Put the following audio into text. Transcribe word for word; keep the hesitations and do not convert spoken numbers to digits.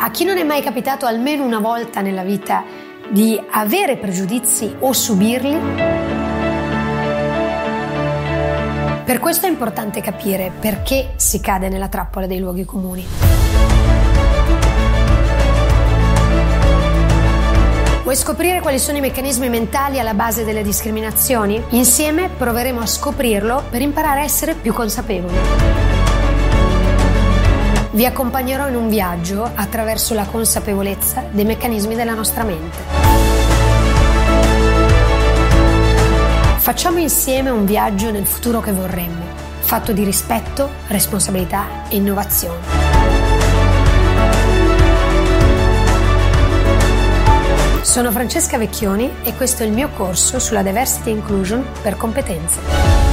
A chi non è mai capitato almeno una volta nella vita di avere pregiudizi o subirli? Per questo è importante capire perché si cade nella trappola dei luoghi comuni. Vuoi scoprire quali sono i meccanismi mentali alla base delle discriminazioni? Insieme proveremo a scoprirlo per imparare a essere più consapevoli. Vi accompagnerò in un viaggio attraverso la consapevolezza dei meccanismi della nostra mente. Facciamo insieme un viaggio nel futuro che vorremmo, fatto di rispetto, responsabilità e innovazione. Sono Francesca Vecchioni e questo è il mio corso sulla Diversity Inclusion per competenze.